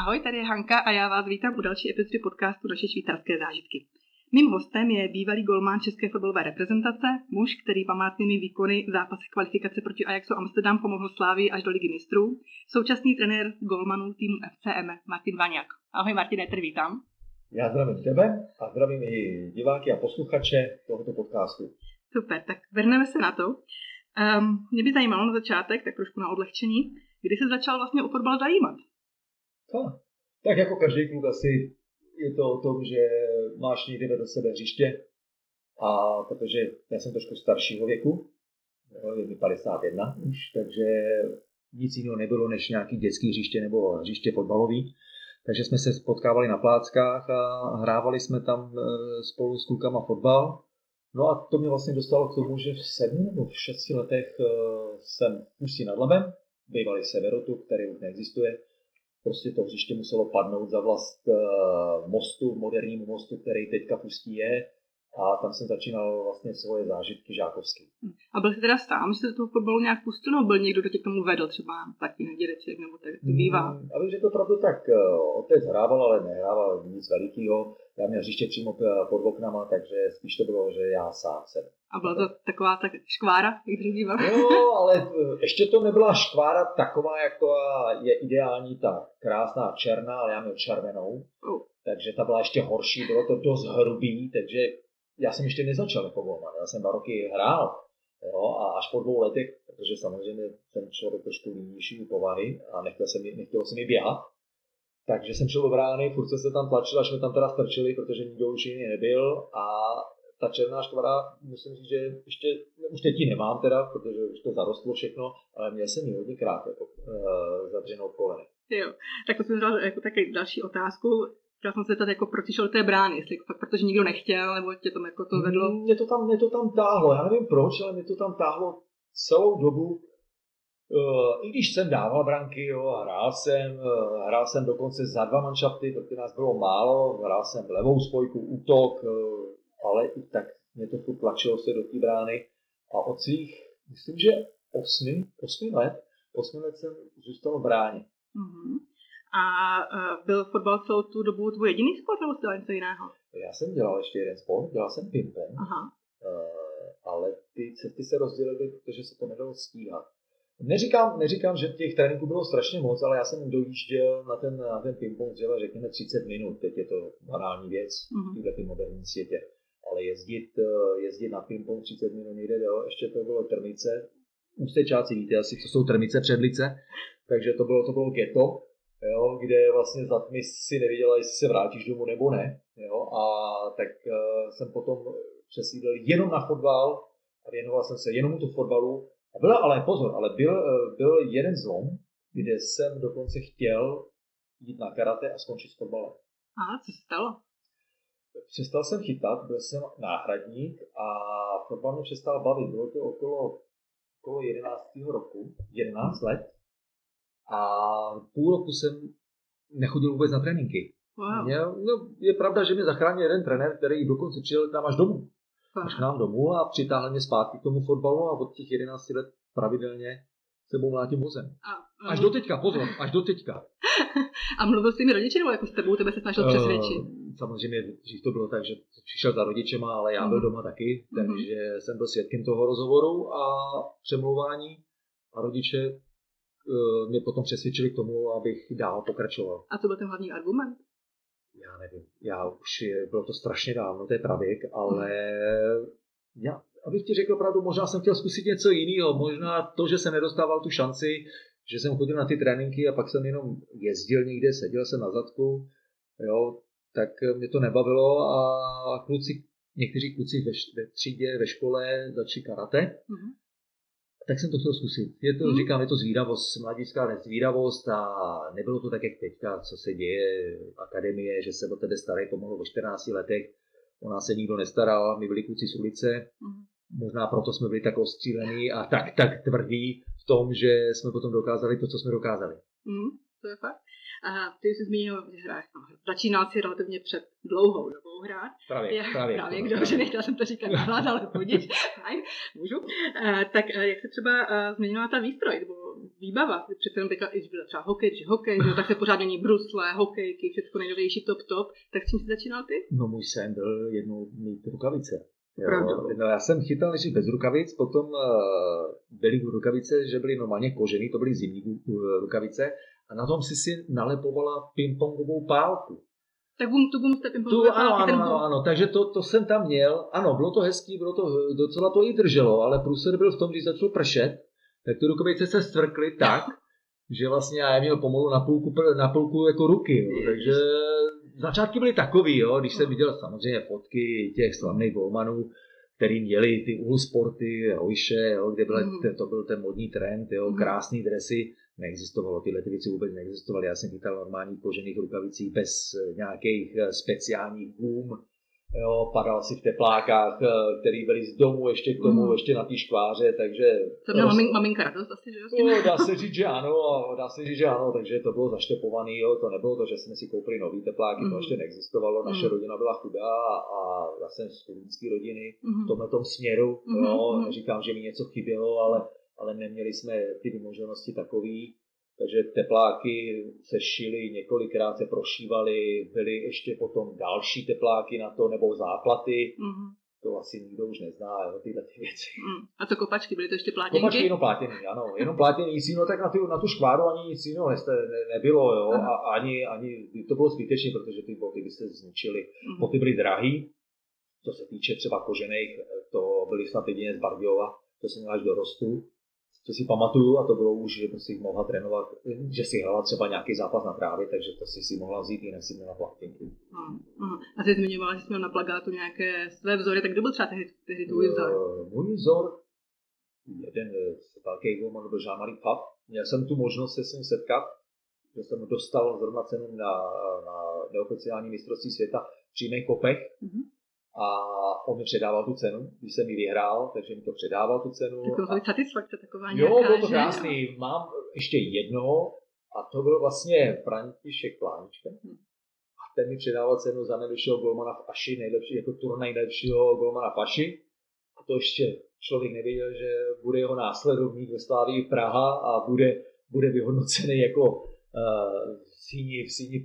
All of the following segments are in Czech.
Ahoj, tady je Hanka a já vás vítám u další epizody podcastu Naše švýcarské zážitky. Mým hostem je bývalý golman české fotbalové reprezentace, muž, který památnými výkony v zápasech kvalifikace proti Ajaxu Amsterdam pomohl Slávii až do Ligy mistrů, současný trenér golmanů týmu FCM Martin Vaňák. Ahoj Martine, tady vítám. Já zdravím tebe a zdravím i diváky a posluchače tohoto podcastu. Super, tak vrhneme se na to. Mě by zajímalo na začátek, tak trošku na odlehčení, kdy se začal vlastně o fotbal zajímat? Tak jako každý kluk asi je to o tom, že máš někde vedle sebe hřiště, a protože já jsem trošku staršího věku, je mi 51 už, takže nic jiného nebylo než nějaký dětský hřiště nebo hřiště fotbalový. Takže jsme se potkávali na pláckách a hrávali jsme tam spolu s klukama fotbal. No a to mě vlastně dostalo k tomu, že v 7 nebo v 6 letech jsem v Ústí nad Labem, bývalý Severotu, který už neexistuje. Prostě to hřiště muselo padnout za vlast mostu, modernímu mostu, který teďka v Ústí je. A tam jsem začínal vlastně svoje zážitky žákovské. A byl jsi teda sám, že se do toho fotbalu nějak pustil, nebo byl někdo, kdo tě k tomu vedl, třeba taky dědeček, nebo tak to bývá? Abych řekl pravdu, tak otec hrával, ale nehrával nic velikýho. Já měl hřiště přímo pod oknama, takže spíš to bylo, že já sám jsem. A byla to taková tak škvára, jak dřív bývala? No, ale ještě to nebyla škvára taková, jako je ideální ta krásná černá, ale já měl červenou. Takže ta byla ještě horší, bylo to dost hrubý, takže já jsem ještě nezačal jako golman, já jsem 2 roky hrál, jo, a až po 2 letech, protože samozřejmě jsem člověk trošku línější povahy a nechtěl jsem mi běhat, takže jsem šel do brány, furt se tam tlačil, až jsme tam teda strčili, protože nikdo už jiný nebyl a ta černá škvara, musím říct, že ještě, už teď ji nemám teda, protože už to zarostlo všechno, ale měl jsem ji hodněkrát jako zadřenou v kolene. Jo, tak to jsem dal jako taky další otázku. Chtěla jsem se zeptat, jako proč šel do té brány, jestli protože nikdo nechtěl, nebo tě to jako to vedlo? Mě to tam táhlo, já nevím proč, ale mě to tam táhlo celou dobu. I když jsem dával branky, jo, hrál jsem dokonce za 2 manšafty, protože nás bylo málo, hrál jsem levou spojku, útok, ale i tak mě to furt tlačilo se do té brány. A od svých, myslím, že 8 let jsem zůstal v bráně. Mm-hmm. A byl fotbal celou tu dobu tvůj jediný sport, nebo jsi dělal něco jiného? Já jsem dělal ještě jeden sport, dělal jsem ping-pong, ale ty cesty se rozdělily, protože se to nedalo stíhat. Neříkám, že těch tréninků bylo strašně moc, ale já jsem dojížděl na ten ping-pong třeba řekněme 30 minut, teď je to banální věc v této moderním světě. Ale jezdit na ping-pong 30 minut někde, jo, ještě to bylo Trmice, Ústečáci, víte asi, co jsou Trmice, Předlice, takže to bylo ghetto. Jo, kde vlastně za tmy si nevěděla, jestli se vrátíš domů nebo ne. Jo, a tak jsem potom přesídlil jenom na fotbal a věnoval jsem se jenom tu fotbalu. Ale byl jeden zlom, kde jsem dokonce chtěl jít na karate a skončit s fotbalem. A co se stalo? Přestal jsem chytat, byl jsem náhradník a fotbal mě přestal bavit. Bylo to okolo 11 let. A půl roku jsem nechodil vůbec na tréninky. Wow. Je pravda, že mě zachránil jeden trenér, který dokonce přijel tam až domů. Až k nám domů a přitáhl mě zpátky k tomu fotbalu a od těch 11 let pravidelně sebou mlátím vozem. Až do teďka, pozor, až do teďka. A mluvil s těmi rodiči nebo jako s tebou, tebe se snažil přesvědčit? Samozřejmě, dřív to bylo tak, že přišel za rodičema, ale já byl doma taky, takže jsem byl svědkem toho rozhovoru a přemlouvání a rodiče mě potom přesvědčili k tomu, abych dál pokračoval. A co byl ten hlavní argument? Já nevím, bylo to strašně dávno, to je pravěk, ale abych ti řekl pravdu, možná jsem chtěl zkusit něco jiného, možná to, že jsem nedostával tu šanci, že jsem chodil na ty tréninky a pak jsem jenom jezdil někde, seděl jsem na zadku, jo, tak mě to nebavilo a někteří kluci ve třídě, ve škole začali karate. Tak jsem to chtěl zkusit. Říkám, je to zvídavost, mladická nezvídavost a nebylo to tak, jak teďka, co se děje v akademie, že se o tebe starají pomalu o 14 letech. O nás se nikdo nestaral, my byli kluci z ulice. Možná proto jsme byli tak ostřílení a tak tvrdí v tom, že jsme potom dokázali to, co jsme dokázali. To je fakt. A ty jsi zmínil, že hráš. Začínal si relativně před dlouhou dobou hrát. Právě kdo, nechtěla jsem to říkat nahlás, ale půjdeš. Můžu. Tak jak se třeba změnila ta výstroj, nebo výbava. Přece jenom teďka, když byl třeba hokej, že tak se pořád mění brusle, hokejky, všechno nejnovější top. Tak s čím jsi začínal ty? No můj sen byl jednou mít rukavice. No, já jsem chytal než bez rukavic, potom byly rukavice, že byly normálně kožený, to byly zimní rukavice a na tom si nalepovala pingpongovou pálku. Tak tu gumu z té pingpongové pálky. Ano, takže to jsem tam měl. Ano, bylo to hezký, bylo to, docela to i drželo, ale průser byl v tom, když začalo pršet, tak ty rukavice se stvrkly tak, že vlastně já měl pomalu na půlku jako ruky, jo. Takže začátky byly takový, jo, když jsem viděl samozřejmě fotky těch slavných golmanů, který měli ty Ulsporty, Rojše, jo, kde to byl ten modní trend, jo, krásný dresy, neexistovalo, tyhle ty věci vůbec neexistovaly, já jsem chytal normální kožených rukavicích bez nějakých speciálních gum, jo, padal si v teplákách, který byly z domu ještě k tomu, ještě na té škváře, takže... To měla maminka radost asi, že jo? No, dá se říct, že ano, takže to bylo zaštepovaný, jo, to nebylo to, že jsme si koupili nový tepláky, to ještě neexistovalo, naše rodina byla chudá a já jsem z studentské rodiny v tomhletom směru, jo, neříkám, že mi něco chybělo, ale neměli jsme ty vymoženosti takový, takže tepláky se šily, několikrát se prošívaly, byly ještě potom další tepláky na to, nebo záplaty. To asi nikdo už nezná, jo, tyhle ty věci. A to kopačky, byly to ještě plátěnky? Kopačky jenom plátěný, ano, jenom plátěný, nic jiného, tak na tu škváru ani nic jiného nebylo, jo, a ani to bylo zbytečné, protože ty boty by se zničily. Boty byly drahý, co se týče třeba kožených, to byly snad jedině z Bardiova, to jsem měl až dorostu. Co si pamatuju, a to bylo už, že si mohla trénovat, že si hrala třeba nějaký zápas na trávě, takže to si mohla vzít, jinak si měla plátěnky. A ty zmiňovala, že jsi měl na plagátu nějaké své vzory, tak kdo byl třeba tehdy tvůj vzor? Můj vzor, jeden velký golman byl Jean-Marie Pfaff. Měl jsem tu možnost se s ním setkat, že jsem dostal zrovna cenu na neoficiální mistrovství světa v přímých kopech. A on mi předával tu cenu, když jsem ji vyhrál, takže mi to předával tu cenu. Taková satisfakce taková nějaká, jo, bylo to krásný. Mám ještě jednoho a to byl vlastně František Plánička. A ten mi předával cenu za nejlepšího golmana v Aši, nejlepší, jako turnaj nejlepšího golmana v Aši. A to ještě člověk nevěděl, že bude jeho následovník ve Slavii Praha a bude vyhodnocený jako v síni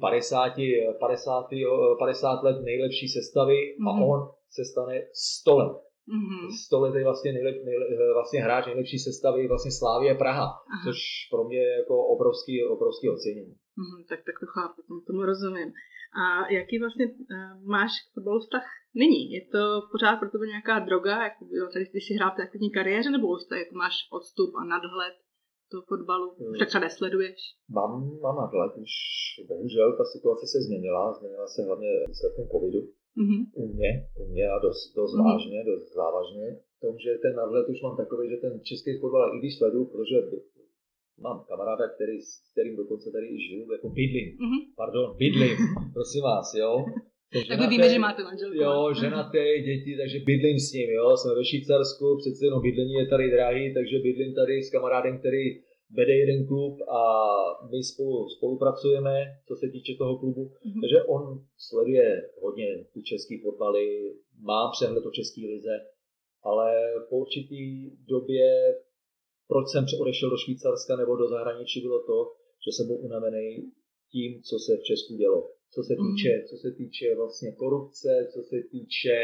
50 let nejlepší sestavy a on se stane 100 let. 100 let je vlastně hráč nejlepší sestavy vlastně Slavie Praha, což pro mě je jako obrovský ocenění. Tak to chápu, tomu rozumím. A jaký vlastně máš k fotbalu vztah nyní? Je to pořád pro tebe nějaká droga, jako když jsi hrál v aktivní kariéře, nebo jako máš odstup a nadhled do fotbalu? Už tak třeba nesleduješ? Mám nadhled, už bohužel ta situace se změnila se hlavně výsledkem covidu. U mě a dost vážně, dost závažně. V tom, že ten nadhled už mám takový, že ten český fotbal, i když sleduju, protože mám kamaráda, s kterým dokonce tady i žiju, jako bydlím, prosím vás, jo. Tak my víme, že máte manželku. Jo, ženaté, děti, takže bydlím s ním, jo. Jsme ve Švýcarsku, přece jenom bydlení je tady drahý, takže bydlím tady s kamarádem, který vede jeden klub a my spolupracujeme, co se týče toho klubu. Takže on sleduje hodně ty český fotbaly, má přehled o české lize, ale po určitý době, proč jsem odešel do Švýcarska nebo do zahraničí, bylo to, že jsem byl unavený tím, co se v Česku dělo. Co se týče vlastně korupce, co se týče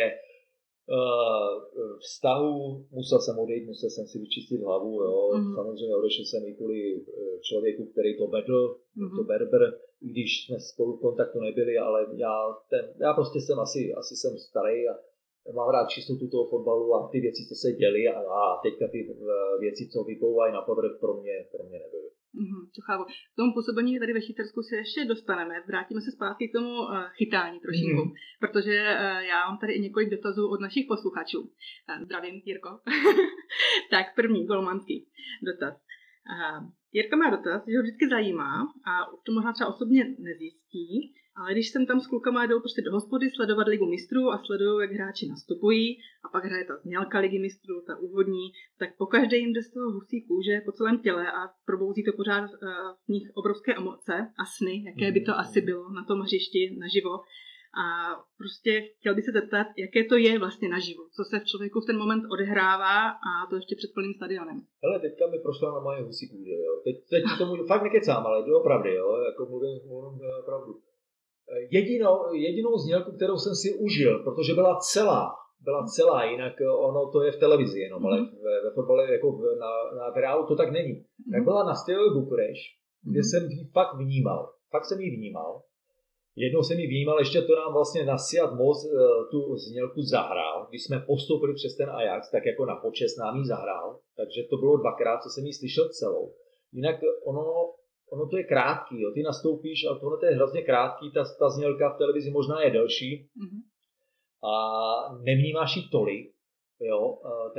vztahu, musel jsem odejít, musel jsem si vyčistit hlavu, jo. Samozřejmě odešel jsem i kvůli člověku, který to vedl, to Berber, i když jsme spolu v kontaktu nebyli, ale já prostě jsem asi jsem starý a mám rád čistotu toho fotbalu a ty věci, co se děly a teďka ty věci, co vyplouvají na povrch, pro mě nebyly. To chápu. K tomu působení tady ve Švýcarsku se ještě dostaneme. Vrátíme se zpátky k tomu chytání trošinku, protože já mám tady i několik dotazů od našich posluchačů. Zdravím, Jirko. Tak první, golmanský dotaz. Jirka má dotaz, že ho vždycky zajímá a už to možná třeba osobně nezjistí, ale když jsem tam s klukama jdou prostě do hospody sledovat Ligu mistrů a sledují, jak hráči nastupují a pak hraje ta znělka Ligy mistrů, ta úvodní, tak pokaždé jim jde z toho husí kůže po celém těle a probouzí to pořád v nich obrovské emoce a sny, jaké by to asi bylo na tom hřišti naživo. A prostě chtěl bych se zeptat, jaké to je vlastně naživo, co se v člověku v ten moment odehrává a to ještě před plným stadionem. Hele, teďka mi prošla na moje husí kůže, jo. Teď tomu fakt nekecám, ale to je opravdu, jo, jako mluvím pravdu. Jedinou znělku, kterou jsem si užil, protože byla celá, jinak ono to je v televizi jenom, ale ve fotbale jako na reálu to tak není. Tak byla na Steaua Bukurešť, kde jsem ji fakt jsem ji vnímal. Jednou jsem ji vnímal, ještě to nám vlastně na Siad Most tu znělku zahrál, když jsme postoupili přes ten Ajax, tak jako na počest nám ji zahrál, takže to bylo dvakrát, co jsem ji slyšel celou. Jinak ono to je krátký, jo. Ty nastoupíš a tohle to je hrozně krátký, ta znělka v televizi možná je delší a nevnímáš ji tolik, jo.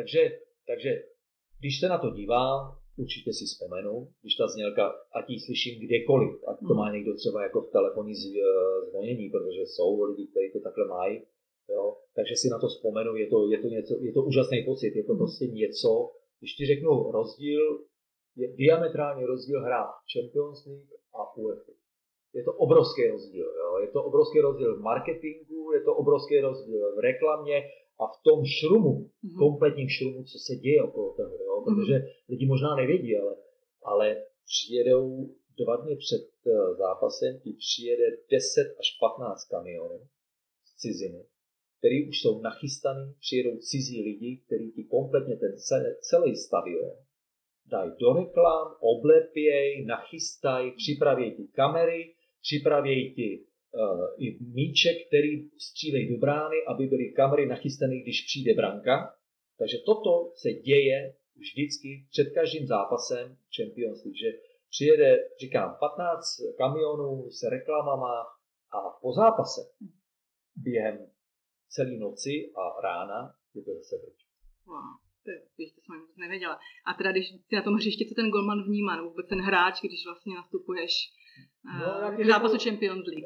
Takže když se na to dívám, určitě si vzpomenu, když ta znělka, ať ji slyším kdekoliv, ať to má někdo třeba jako v telefonní zvonění, protože jsou lidi, kteří to takhle mají, jo. Takže si na to vzpomenu, je to úžasný pocit, je to prostě něco, když ti řeknu rozdíl, je diametrální rozdíl hrát Champions League a UEFA. Je to obrovský rozdíl, jo? Je to obrovský rozdíl v marketingu, je to obrovský rozdíl v reklamě a v tom šrumu, kompletním šrumu, co se děje okolo toho, jo? Protože lidi možná nevědí, ale přijedou 2 dny před zápasem, ti přijede 10 až 15 kamionů z ciziny, který už jsou nachystaný, přijedou cizí lidi, kteří ti kompletně ten celý stadion dají do reklam, oblepěj, nachystají, připravějí ti kamery, připravějí ti i míček, který střílejí do brány, aby byly kamery nachystané, když přijde branka. Takže toto se děje vždycky před každým zápasem Champions League, že přijede, říkám, 15 kamionů s reklamama a po zápase během celé noci a rána je to zase pryč. Wow. To jsem vůbec nevěděla. A teda, když si na tom hřišti, co ten golman vnímá, nebo vůbec ten hráč, když vlastně nastupuješ v zápasu Champions League?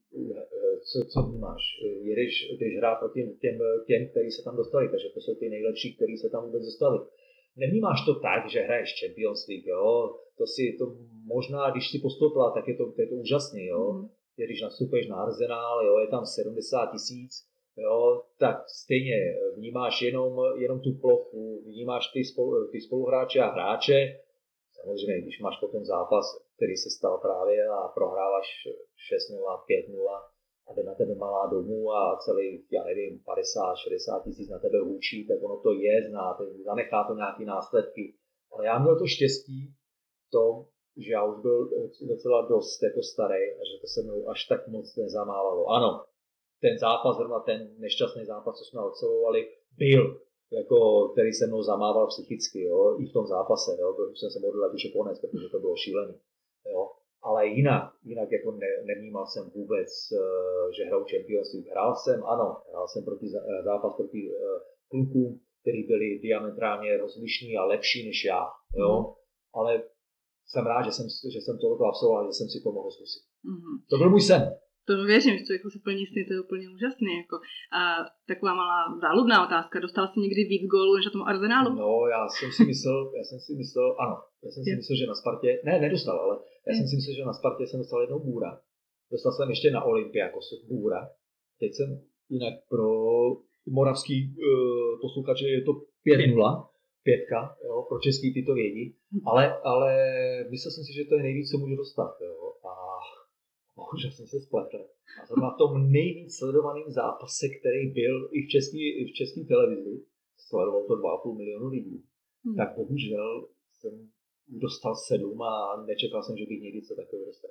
Co vnímáš? Jdeš hrát proti těm, kteří se tam dostali, takže to jsou ty nejlepší, kteří se tam vůbec dostali. Nevnímáš to tak, že hraješ Champions League, jo? To možná, když si postoupila, tak je to úžasný, jo? Když nastupuješ na Arsenal, jo, je tam 70 000, jo, tak stejně vnímáš jenom tu plochu, vnímáš ty spoluhráče a hráče. Samozřejmě, když máš potom zápas, který se stal právě a prohráváš 6-0, 5-0 a jde na tebe malá domů a celý, 50-60 tisíc na tebe hůčí, tak ono to je znát, zanechá to nějaký následky. Ale já měl to štěstí to, že já už byl docela dost jako starý a že to se mnou až tak moc nezamávalo. Ano, ten zápas, zrovna ten nešťastný zápas, co jsme absolvovali, byl, jako, který se mnou zamával psychicky, jo, i v tom zápase, jo, už jsem se modlil, ať už je konec, protože to bylo šílený, jo, ale jinak jako nevnímal jsem vůbec, že hraju Champions League. Hrál jsem zápas proti klukům, který byli diametrálně rozlišní a lepší než já, jo, ale jsem rád, že jsem tohle absolvoval, že jsem si to mohl zkusit. To byl můj sen. To věřím, že to jako se plní sny, to je úplně úžasný. Jako. A taková malá záludná otázka, dostal jsi někdy víc gólů než na tom Arsenálu? No, já jsem si myslel, že na Spartě, nedostal, ale já jsem si myslel, že na Spartě jsem dostal jednou bůra. Dostal jsem ještě na Olympiakosu bůra. Teď jsem jinak pro moravský posluchače je to 5-0, 5, jo, pro český ty to vědí, ale myslel jsem si, že to je nejvíc, co můžu dostat, jo. Bohužel jsem se spletl. A to na tom nejvíc sledovaným zápase, který byl i v české televizi, sledoval to 2,5 milionu lidí, tak bohužel jsem dostal 7 a nečekal jsem, že bych někdy co takového dostal.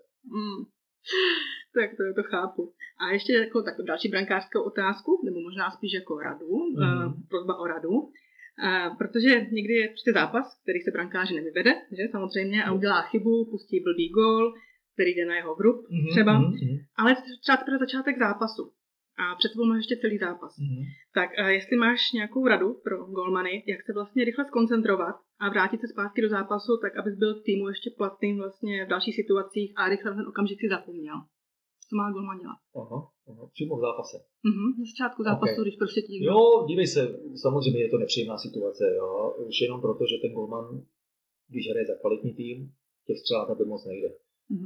Tak to chápu. A ještě jako takovou další brankářskou otázku, nebo možná spíš jako radu, prosba o radu. Protože někdy je prostě zápas, který se brankáři nevyvede, že samozřejmě, a udělá chybu, pustí blbý gól, který jde na jeho vrub třeba, ale třeba teprve začátek zápasu a před sebou máš ještě celý zápas. Tak jestli máš nějakou radu pro golmany, jak se vlastně rychle skoncentrovat a vrátit se zpátky do zápasu, tak abys byl k týmu ještě platným vlastně v dalších situacích a rychle ten okamžik si zapomněl. Co má golman dělat? Přímo v zápase. Na začátku zápasu, když prostě tím. Jo, dívej se, samozřejmě je to nepříjemná situace, jo. Už jenom proto, že ten golman, když hraje za kvalitní tým, těch střelát aby moc nejde.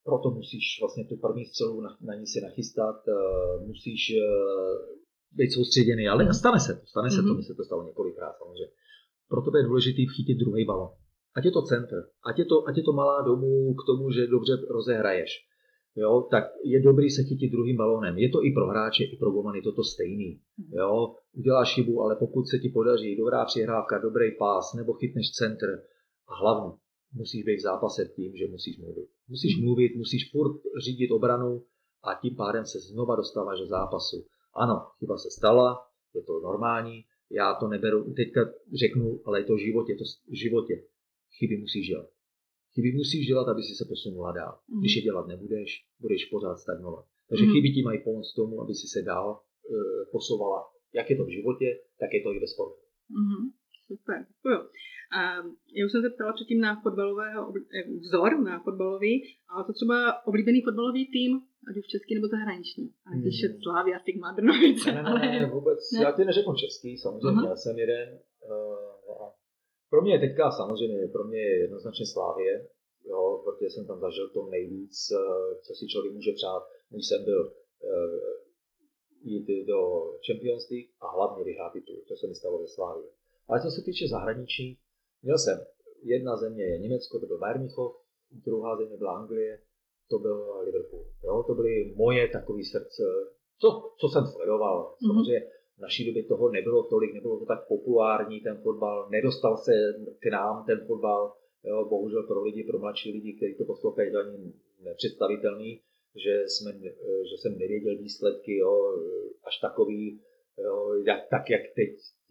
proto musíš vlastně tu první střelu na ní si nachystat, musíš být soustředěný, ale stane se to, mi se to stalo několikrát samozřejmě. Proto je důležité chytit druhý balon. Ať je to centr, ať je to malá domů k tomu, že dobře rozehraješ. Jo, tak je dobrý se chytit druhým balónem. Je to i pro hráče, i pro golmany to stejný. Jo, uděláš chybu, ale pokud se ti podaří dobrá přihrávka, dobrý pás, nebo chytneš centr, a hlavně musíš být v zápase tím, že musíš mluvit. Musíš furt řídit obranu a tím pádem se znova dostáváš do zápasu. Ano, chyba se stala, je to normální, já to neberu, teďka řeknu, ale je to v životě. Chyby musíš dělat, aby si se posunula dál. Když je dělat nebudeš, budeš pořád stagnovat. Takže chyby ti mají pomoct tomu, aby si se dál posouvala. Jak je to v životě, tak je to i ve sportu. Super, děkuju. Já už jsem se ptala předtím na fotbalového vzor, na fotbalový, ale to třeba oblíbený fotbalový tým, ať už český nebo zahraniční. Ale když je Slavia, Sigma, Brnovice. Ne, vůbec. Ne? Já ti neřeknu český, samozřejmě, já jsem jeden. Pro mě je teďka samozřejmě, je jednoznačně Slavie, jo, protože jsem tam zažil to nejvíc, co si člověk může přát. Když jsem byl jít do Champions League a hlavně vyhrát titul, to se mi stalo ve Slavii. Ale co se týče zahraničí, měl jsem, jedna země je Německo, to byl Bayern Mnichov, druhá země byla Anglie, to byl Liverpool. Jo, to byly moje takové srdce, co jsem sledoval. Samozřejmě v naší době toho nebylo tolik, nebylo to tak populární ten fotbal, nedostal se k nám ten fotbal, jo, bohužel pro lidi, pro mladší lidi, kteří to poslouchají, to ani nepředstavitelný, že jsem nevěděl výsledky, jo, až takový, jo, tak jak teď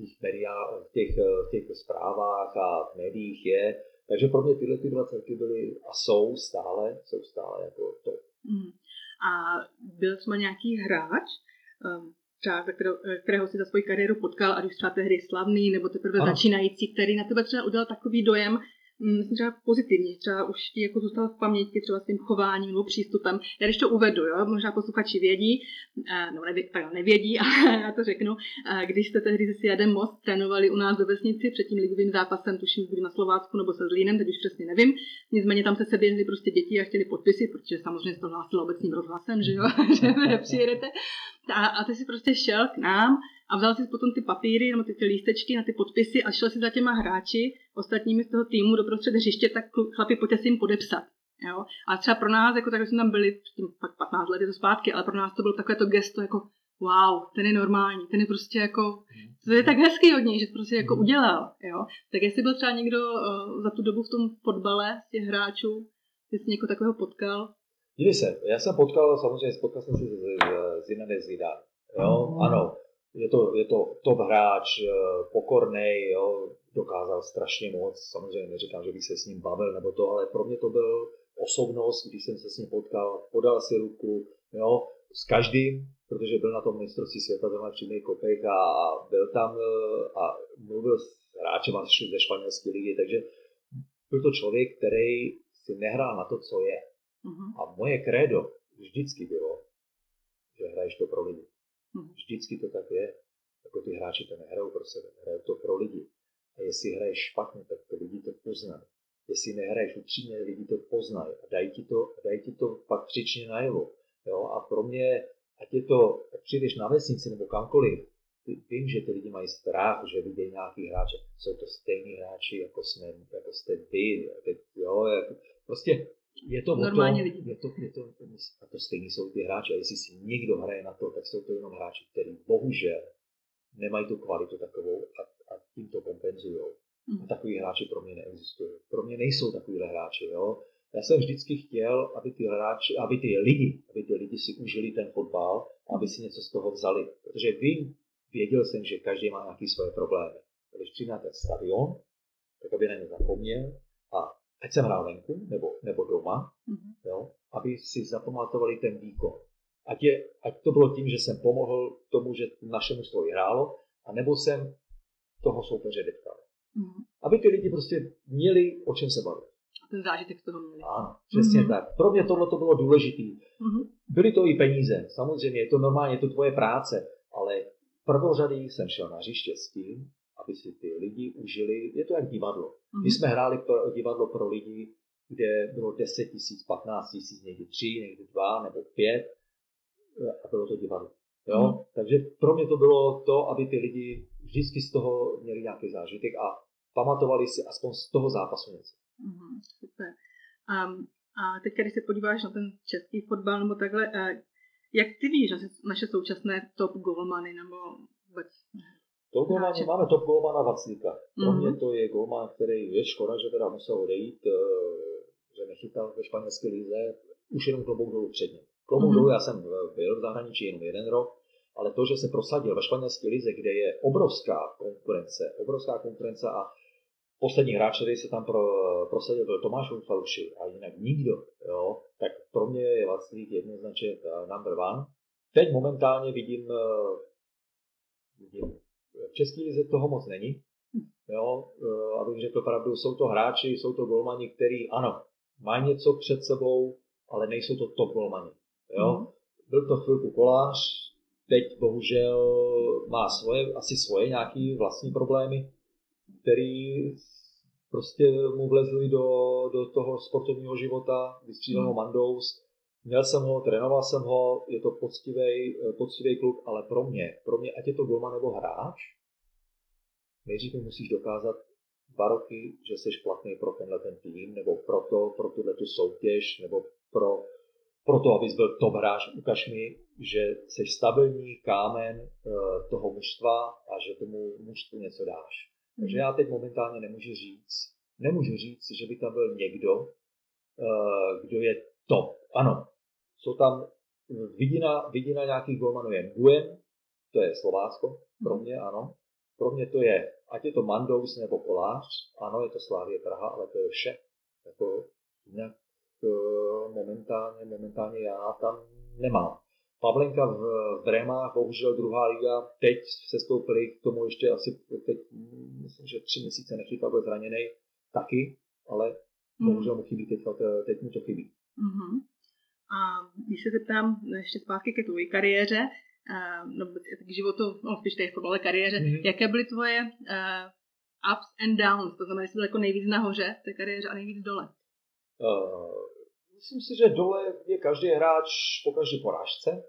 v těch zprávách a v médiích je. Takže pro mě tyhle dva celky byly a jsou stále jako to. A byl třeba nějaký hráč, třeba kterého si za svoji kariéru potkal, ať už třeba tehdy slavný, nebo teprve začínající, který na tebe třeba udělal takový dojem, myslím třeba pozitivní, třeba už ti jako zůstal v paměti třeba s tím chováním nebo přístupem. Já když to uvedu, jo, možná posluchači vědí, no nevědí, ale já to řeknu, když jste tehdy s Jadem Most trénovali u nás do vesnici před tím ligovým zápasem, tuším, byli na Slovácku nebo se Zlínem, teď už přesně nevím, nicméně tam se běhli prostě děti a chtěli podpisy, protože samozřejmě se to hlásilo obecným rozhlasem, že jo, že nepřijedete. A ty si prostě šel k nám a vzal si potom ty papíry nebo ty lístečky na ty podpisy a šel si za těma hráči, ostatními z toho týmu doprostřed hřiště, tak chlapi, pojďte si jim podepsat. Jo? A třeba pro nás, jako tak jsme tam byli pak 15 let je to zpátky, ale pro nás to bylo takové to gesto jako wow, ten je normální, ten je prostě jako, to je tak hezký od něj, že to prostě jako udělal. Jo? Tak jestli byl třeba někdo za tu dobu v tom fotbale z těch hráčů, jestli někoho takového potkal? Dívej se, já jsem potkal jsem se s Zinedine Zidane. Jo, ano. Je to top hráč, pokornej, jo, dokázal strašně moc. Samozřejmě neříkám, že bych se s ním bavil nebo to, ale pro mě to byl osobnost, když jsem se s ním potkal, podal si ruku, jo, s každým, protože byl na tom mistrovství světa zrovna přímý kopek a byl tam a mluvil s hráčem ze španělské ligy, takže byl to člověk, který si nehrál na to, co je. A moje krédo vždycky bylo, že hraješ to pro lidi. Vždycky to tak je. Jako ty hráči to nehrajou pro sebe, hrajou to pro lidi. A jestli hraješ špatně, tak to lidi to poznají. Jestli nehraješ upřímně, lidi to poznají a dají ti to pak příčně najevo. Jo? A pro mě, ať přijdeš na vesnici nebo kamkoliv, vím, že ty lidi mají strach, že vidějí nějaký hráče. Jsou to stejní hráči, jako jste vy. Jo? Prostě je to normální lidi. A to stejný jsou ty hráči. A jestli si někdo hraje na to, tak jsou to jenom hráči, kteří bohužel nemají tu kvalitu takovou a tím to kompenzujou. A takový hráči pro mě neexistují. Pro mě nejsou takovýhle hráči. Jo? Já jsem vždycky chtěl, aby ty lidi si užili ten fotbal, aby si něco z toho vzali. Protože věděl jsem, že každý má nějaké svoje problémy. Když přijde na ten stadion, tak aby na ně zapomněl a ať jsem hrál venku nebo doma, jo, aby si zapamatovali ten výkon. Ať to bylo tím, že jsem pomohl tomu, že našemu slovi hrálo, anebo jsem toho soupeře deptal. Aby ty lidi prostě měli o čem se bavit. A ten zážitek z toho měli. Ano, přesně tak. Pro mě tohle to bylo důležitý. Byly to i peníze, samozřejmě, je to normálně, je to tvoje práce, ale prvořadý jsem šel na hřiště s tím, aby si ty lidi užili, je to jak divadlo. My jsme hráli divadlo pro lidi, kde bylo 10 000, 15 000, někdy 3, někdy 2 nebo 5 a bylo to divadlo. Jo? Takže pro mě to bylo to, aby ty lidi vždycky z toho měli nějaký zážitek a pamatovali si aspoň z toho zápasu něco. Super. A teď, když se podíváš na ten český fotbal nebo takhle, jak ty víš naše současné top golmany nebo vůbec? Máme top golmana Vaclíka. Pro mě to je golman, který je škoda, že teda musel odejít, že nechytal ve španělské lize, už jenom klobouk dolů před ním. Klobouk dolů, já jsem byl v zahraničí jenom 1 rok, ale to, že se prosadil ve španělské lize, kde je obrovská konkurence a poslední hráč, který se tam prosadil, byl Tomáš Faluši a jinak nikdo, jo, tak pro mě je Vaclík jednoznačně number one. Teď momentálně vidím v české lize toho moc není, jo, abych řekl pravdu, jsou to hráči, jsou to golmani, který ano, mají něco před sebou, ale nejsou to top golmani, jo. Byl to chvilku Kolář, teď bohužel má asi svoje nějaké vlastní problémy, který prostě mu vlezli do toho sportovního života, vystřídal ho Mandous, měl jsem ho, trénoval jsem ho, je to poctivý kluk, ale pro mě, ať je to golman nebo hráč, nejdřív musíš dokázat 2 roky, že jsi platný pro tenhle ten tým, nebo pro tuhletu soutěž, nebo pro to, abys byl top hráč. Ukaž mi, že jsi stabilní kámen toho mužstva a že tomu mužstvu něco dáš. Takže já teď momentálně nemůžu říct, že by tam byl někdo, kdo je top. Ano, jsou tam vidina nějakých golmanů je Nguyen, to je Slovácko, pro mě ano. Pro mě to je, ať je to Mandous nebo Kolář, ano, je to Slavie Praha, ale to je vše. Jako jinak momentálně já tam nemám. Pavlenka v Brémách, bohužel 2. liga, teď se stoupili k tomu ještě asi, teď myslím, že 3 měsíce nechytal, byl zraněný taky, ale bohužel mu chybí teď mu to chybí. A když se zeptám ještě zpátky ke tvojí kariéře, k životu, spíš té fotbalové kariéře, jaké byly tvoje ups and downs, to znamená, jestli byl jako nejvíc nahoře v té kariéře a nejvíc dole? Myslím si, že dole je každý hráč po každé porážce,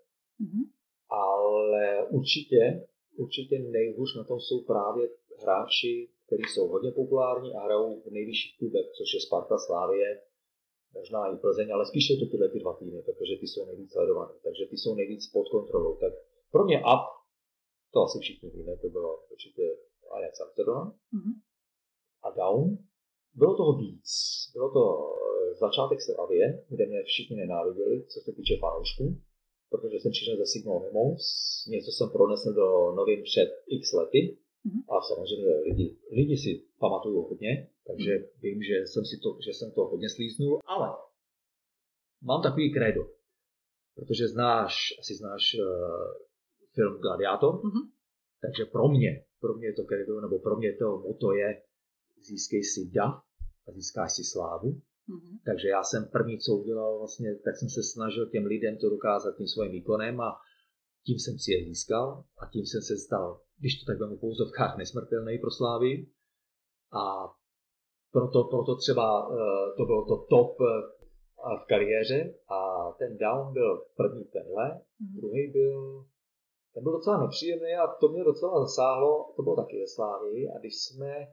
ale určitě nejhůř na tom jsou právě hráči, kteří jsou hodně populární a hrajou v nejvyšších klubech, což je Sparta, Slavie, možná i Plzeň, ale spíš jsou to tyhle 2 týmy, protože ty jsou nejvíc sledované, takže ty jsou nejvíc pod kontrolou. Tak pro mě up, to asi všichni víme, to bylo určitě Ajax Amsterdam. A down, bylo toho víc. Bylo to začátek Slavie, kde mě všichni nenáviděli, co se týče fanoušků, protože jsem přišel ze Signal Mimos, něco jsem pronesl do novin před x lety a samozřejmě lidi si pamatují hodně, takže vím, že jsem to hodně slíznul, ale mám takový kredo, protože asi znáš film Gladiátor, takže pro mě je to kredo, nebo pro mě to motto je získej si dav a získáš si slávu. Takže já jsem první, co udělal vlastně, tak jsem se snažil těm lidem to dokázat tím svým výkonem a tím jsem si je získal a tím jsem se stal, když to tak vemu v pouzovkách, nesmrtelný pro Slávy. A proto třeba to bylo to top v kariéře a ten down byl první tenhle, druhý ten byl docela nepříjemný a to mě docela zasáhlo, to bylo taky ve Slávii a když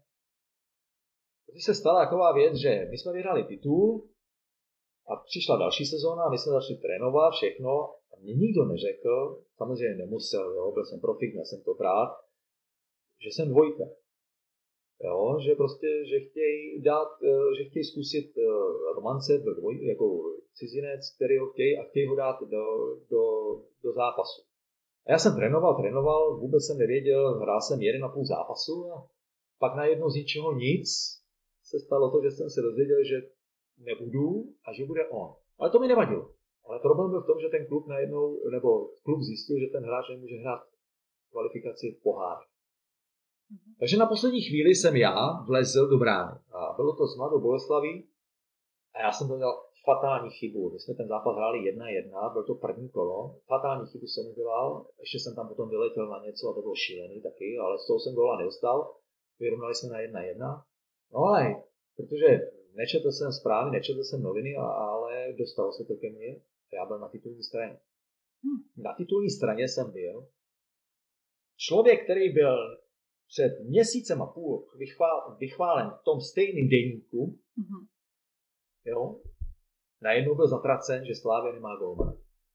se stala taková věc, že my jsme vyhrali titul a přišla další sezóna a my jsme začali trénovat všechno a mě nikdo neřekl, samozřejmě nemusel, jo, byl jsem profík, měl jsem to brát, že jsem dvojka. Jo, že prostě, že chtějí zkusit romance jako cizinec, který ho chtějí ho dát do zápasu. A já jsem trénoval, vůbec jsem nevěděl, hrál jsem 1,5 zápasu a pak najednou z ničeho nic se stalo to, že jsem se dozvěděl, že nebudu a že bude on. Ale to mi nevadilo. Ale problém byl v tom, že ten klub zjistil, že ten hráč nemůže hrát kvalifikaci v poháru. Takže na poslední chvíli jsem já vlezl do brány. A bylo to s Mladou Boleslaví a já jsem to dělal fatální chybu. My jsme ten zápas hráli 1-1, byl to první kolo. Fatální chybu jsem udělal, ještě jsem tam potom vyletěl na něco a to bylo šílený taky, ale z toho jsem góla nedostal. Vyrovnali jsme na 1-1. No ale, protože nečetl jsem zprávy, nečetl jsem noviny, ale dostalo se to ke mně. Já byl na titulní straně. Na titulní straně jsem byl člověk, který byl před měsícem a půl vychválen v tom stejném deníku, jo, najednou byl zatracen, že Slavia nemá golmana.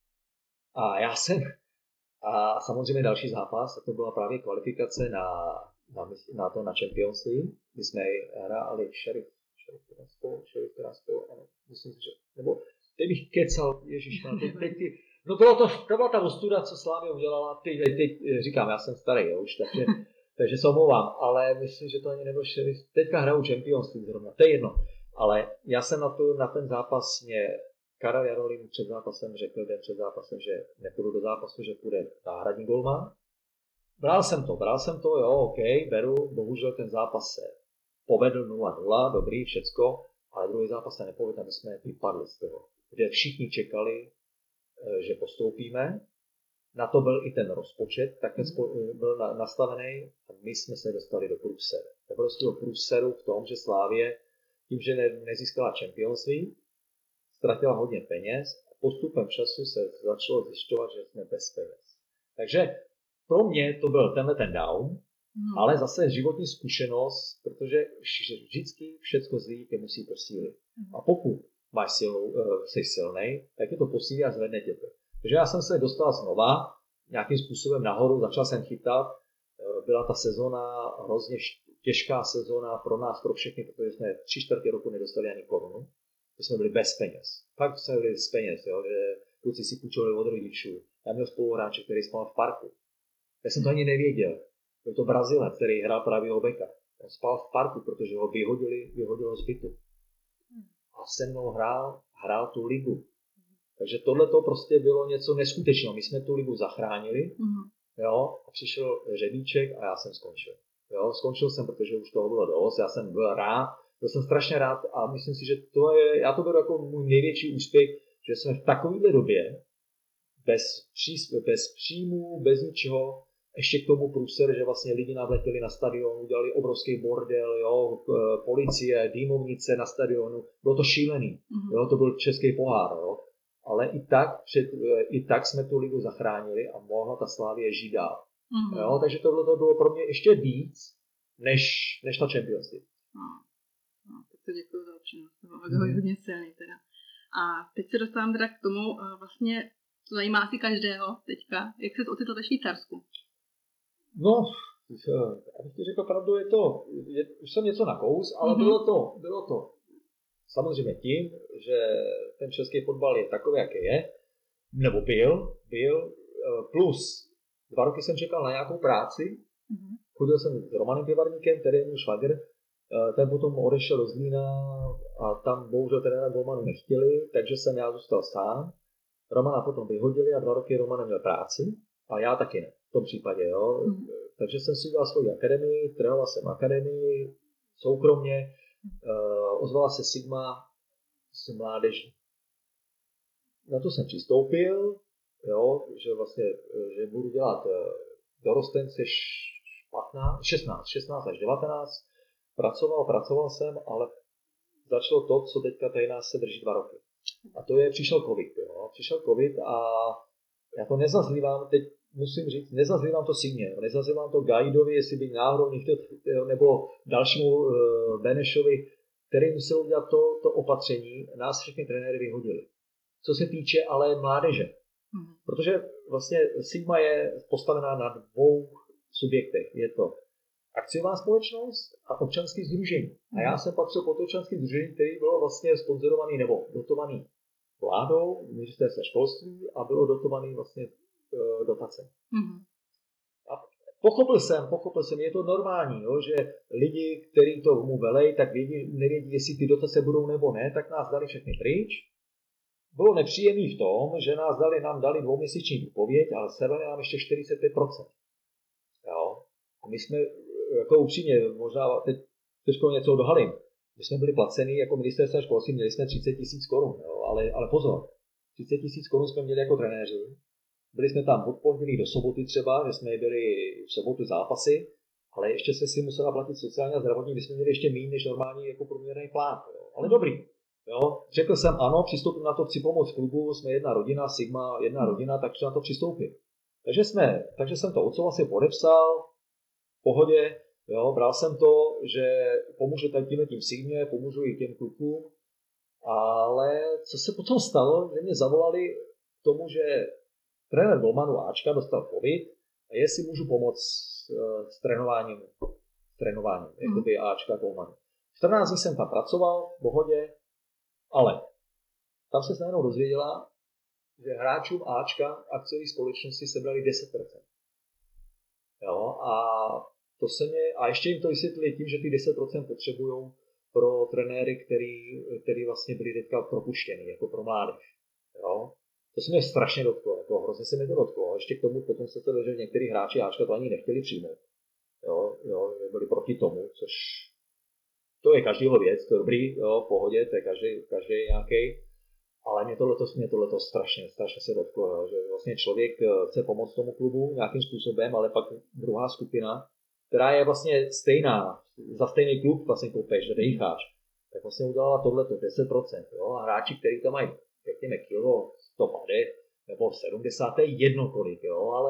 A samozřejmě další zápas, a to byla právě kvalifikace na Champions League, kdy jsme hráli Sheriff Tiraspol, ano, myslím si, že, nebo teď bych kecal, ježišmá, no to byla ta ostuda, co Slavia udělala, teď říkám, já jsem starý, jo, už, takže se omlouvám, ale myslím, že to ani nebyl Sheriff, teďka hraju Champions League zrovna, to je jedno, ale já jsem na ten zápas Karel Jarolím před zápasem řekl, den před zápasem, že nepůjdu do zápasu, že půjde náhradní golman. Bral jsem to, jo, ok, beru, bohužel ten zápas se povedl 0-0, dobrý, všecko, ale druhý zápas se nepovedl, aby jsme vypadli z toho, kde všichni čekali, že postoupíme. Na to byl i ten rozpočet, tak byl nastavený a my jsme se dostali do průseru. Prostě do průseru v tom, že Slavie, tím, že nezískala Champions League, ztratila hodně peněz a postupem času se začalo zjišťovat, že jsme bez peněz. Takže pro mě to byl ten down, ale zase životní zkušenost, protože vždycky všecko zlý tě musí posílit. A pokud máš jsi silnej, tak je to posílí a zvedne tě to. Takže já jsem se dostal znova nějakým způsobem nahoru, začal jsem chytat. Byla ta sezona hrozně těžká sezona pro nás, pro všechny, protože jsme 3/4 roku nedostali ani korunu. Jsme byli bez peněz. Fakt jsme byli bez peněz, jo, že kluci si půjčovali od rodičů. Já měl spoluhráče, který spal v parku. Já jsem to ani nevěděl. Byl to Brazilec, který hrál pravýho beka. On spal v parku, protože ho vyhodilo z bytu. A se mnou hrál tu ligu. Takže tohle to prostě bylo něco neskutečného. My jsme tu ligu zachránili, jo, a přišel Řebíček a já jsem skončil. Jo, skončil jsem, protože už toho bylo dost, já jsem byl rád, byl jsem strašně rád a myslím si, že já to beru jako můj největší úspěch, že jsme v takovéhle době, bez příjmů, bez ničeho, ještě k tomu průser, že vlastně lidi navletěli na stadion, udělali obrovský bordel, jo, policie, dýmovnice na stadionu, bylo to šílený, jo, to byl český pohár, jo. Ale i tak jsme tu ligu zachránili a mohla ta Slavie žít dál. Jo, takže tohle to bylo pro mě ještě víc, než ta Champions League. Tak to děkuji za upřímnost, to bylo hodně silný teda. A teď se dostávám teda k tomu, vlastně, co zajímá asi každého teďka, jak se ocitl ve Švýcarsku? No, abych ti řekl pravdu, už jsem něco nakous, ale bylo to samozřejmě tím, že ten český fotbal je takový, jaký je, nebo byl, plus 2 roky jsem čekal na nějakou práci, chodil jsem s Romanem Pěvarníkem, který je můj švagr, ten potom odešel do Zlína a tam bohužel trenéra golmanu nechtěli, takže jsem já zůstal sám. Romana potom vyhodili a 2 roky Roman neměl práci a já taky ne, v tom případě, jo. Takže jsem si udělal svoji akademii, trénoval jsem akademii soukromně, ozvala se Sigma s mládeží. Na to jsem přistoupil, jo, že budu dělat dorostence 16 až 19. Pracoval jsem, ale začalo to, co teďka tady nás se drží 2 roky. A to přišel covid, jo. Přišel covid a já to nezazlívám, teď musím říct, nezazlívám to Sigmě, nezazlívám to Gajdovi, jestli by náhodou někdo, nebo dalšímu Benešovi, který musel udělat to opatření, nás všechny trenéry vyhodili. Co se týče ale mládeže. Protože vlastně Sigma je postavená na 2 subjektech. Je to akciová společnost a občanské sdružení. A já jsem patřil pod občanské sdružení, který bylo vlastně sponzorovaný nebo dotovaný vládou, ministerstvem školství a bylo dotovaný vlastně dotace. A pochopil jsem, je to normální, jo, že lidi, kteří to mu velej, tak nevědí, jestli ty dotace budou nebo ne, tak nás dali všechny pryč. Bylo nepříjemný v tom, že nám dali 2měsíční výpověď, ale sebali nám ještě 45%. Jo. A my jsme, jako upřímně, možná teď něco odhalím, my jsme byli placeni jako ministerstvo školství, měli jsme 30 000 korun, jo, ale pozor, 30 000 korun jsme měli jako trenéři, byli jsme tam od pondělí do soboty třeba, že jsme byli v sobotu zápasy, ale ještě se si musela platit sociální a zdravotní, my jsme měli ještě méně než normální jako průměrný plán. Jo. ale dobrý. Jo, řekl jsem ano, přistoupím na to, chci pomoct klubu, jsme jedna rodina, Sigma, jedna rodina, takže na to přistoupím. Takže jsem to odsouhlasil, podepsal, v pohodě, jo, bral jsem to, že pomůžu tím Sigmě, pomůžu i těm klukům, ale co se potom stalo, že mě zavolali k tomu, že trenér golmanu Ačka dostal covid a jestli můžu pomoct s trénováním jakoby Ačka golmanu. 14 dní jsem tam pracoval, v pohodě, ale tam se najednou dozvěděla, že hráčům Ačka akciové společnosti sebrali 10%. Jo, a ještě jim to vysvětlili tím, že ty 10% potřebují pro trenéry, který vlastně byli teďka propuštěni, jako pro mládež. Jo. To se mě strašně dotklo, jako hrozně se mi to dotklo. Ještě k tomu potom se to dovědělo, že některý hráči Ačka to ani nechtěli přijmout. Jo, byli proti tomu, což to je každýho věc, to je dobrý, jo, v pohodě, to je každý nějaký. Ale mě tohleto strašně se dotklo, že vlastně člověk chce pomoct tomu klubu nějakým způsobem, ale pak druhá skupina, která je vlastně stejná, za stejný klub vlastně koupeš, že dejcháš, tak vlastně udělala tohleto 10%, jo, a hráči, kteří tam mají, řekněme, kilo 150 nebo 70, to je jedno kolik, jo, ale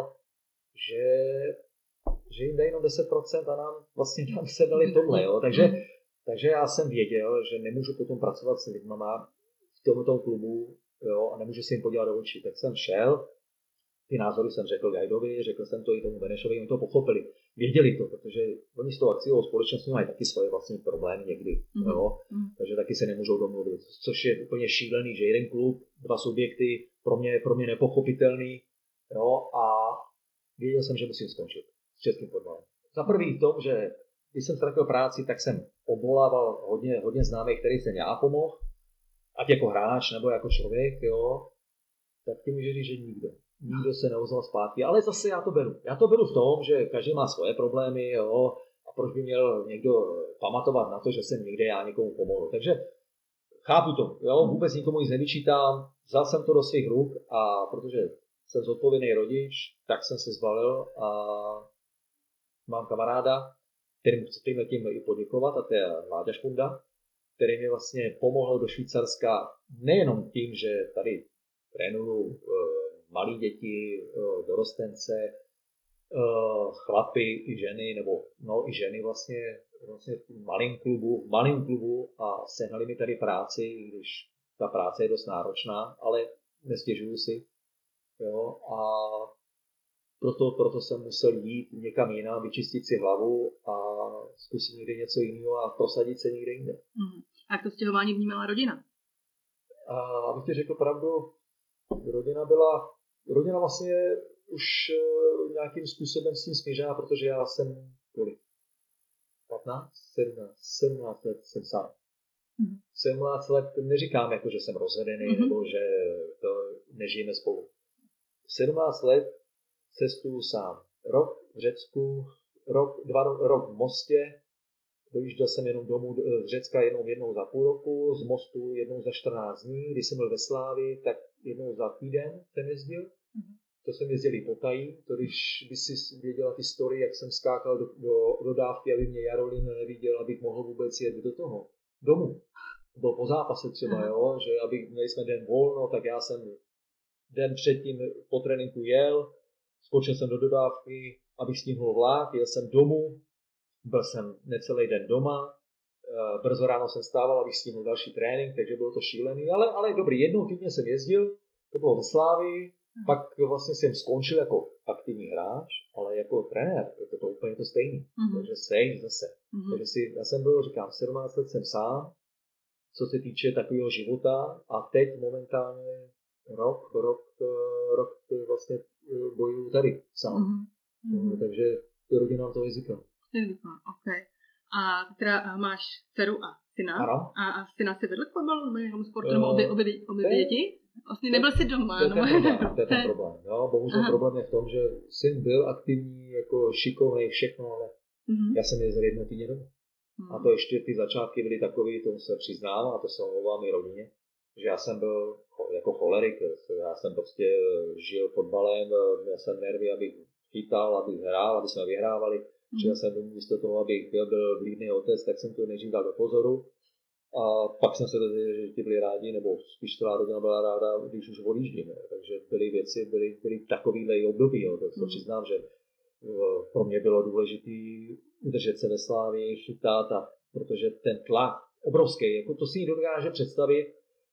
že jim dají jenom 10% a nám vlastně tam se dali tohle, jo, takže já jsem věděl, že nemůžu potom pracovat s lidmama v tomto klubu, jo, a nemůžu si jim podívat do očí, tak jsem šel, ty názory jsem řekl Gajdovi, řekl jsem to i tomu Benešovi, oni to pochopili, věděli to, protože oni s tou akciovou společností mají taky svoje vlastní problémy někdy, jo, takže taky se nemůžou domluvit, což je úplně šílený, že jeden klub, dva subjekty, pro mě nepochopitelný, jo, a věděl jsem, že musím skončit s českým fotbalem. Za prvý v tom, že když jsem ztratil práci, tak jsem obvolával hodně známých, který jsem já pomohl, ať jako hráč nebo jako člověk, jo, tak ty může říct, že nikdo se neozval zpátky, ale zase já to beru v tom, že každý má svoje problémy, jo, a proč by měl někdo pamatovat na to, že jsem někde já někomu pomohl. Takže chápu to, jo, vůbec nikomu nic nevyčítám, vzal jsem to do svých ruk a protože jsem zodpovědný rodič, tak jsem se zbalil a mám kamaráda, kterým chci tím i poděkovat, a to je Láďa Špunda, který mi vlastně pomohl do Švýcarska nejenom tím, že tady trénuju malí děti, dorostence, chlapy i ženy, nebo i ženy vlastně v malém klubu a sehnali mi tady práci, když ta práce je dost náročná, ale nestěžuju si. Jo, a proto jsem musel jít někam jinam, vyčistit si hlavu a zkusit někde něco jiného a prosadit se někde jinde. A jak to stěhování vnímala rodina? A abych ti řekl pravdu, rodina vlastně už nějakým způsobem s tím smířená, protože já jsem 17 let jsem sám. 17 let, neříkám jako, že jsem rozvedený, nebo že to nežijeme spolu. 17 let cestuju sám. Rok v Řecku, rok v Mostě, dojížděl jsem jenom domů z Řecka jednou za půl roku, z Mostu jednou za 14 dní, když jsem byl ve Slávii, tak jednou za týden jsem jezdil. To jsem jezdil i potají, to když by si věděla ty story, jak jsem skákal do dodávky, aby mě Jarolín neviděl, abych mohl vůbec jet do toho domů. To bylo po zápase třeba, jo, že měli jsme den volno, tak já jsem den předtím po tréninku jel, skočil jsem do dodávky, abych stihnul vlak, jel jsem domů, byl jsem necelý den doma, brzo ráno jsem stával, abych stihnul další trénink, takže bylo to šílený, ale dobrý, jednou týdně jsem jezdil, to bylo ve Slávii, pak vlastně jsem skončil jako aktivní hráč, ale jako trenér, je to úplně to stejný, takže seš zase. Takže já jsem byl, říkám, 17 let jsem sám, co se týče takového života a teď momentálně rok vlastně bojuju tady sám. Takže rodina to je zvyklá. Okay. A teda máš dceru a syna. A syna si vedl k fotbalu, nebo sportu, nebo obě děti? Vlastně nebyl jsi doma. To je ten problém. Jo? Bohužel problém je v tom, že syn byl aktivní, jako šikovný, všechno, ale já jsem jezdil jednou týdně domů. A to ještě ty začátky byly takový, tomu se přiznám, a to se omlouvám i rodině, že já jsem byl jako cholerik, já jsem prostě žil fotbalem, měl jsem nervy, abych chytal, abych hrál, aby jsme vyhrávali. Že já jsem místo toho, abych byl vlídný otec, tak jsem to nejdřív dal do pozoru. A pak jsem se dozvěděl, že ti byli rádi, nebo spíš celá rodina byla ráda, když už odjíždím. Takže byly věci, byly takovýhle období. Jo. To se přiznám, že pro mě bylo důležité udržet se ve Slávii, chytat, protože ten tlak obrovský, jako to si někdo dokáže představit,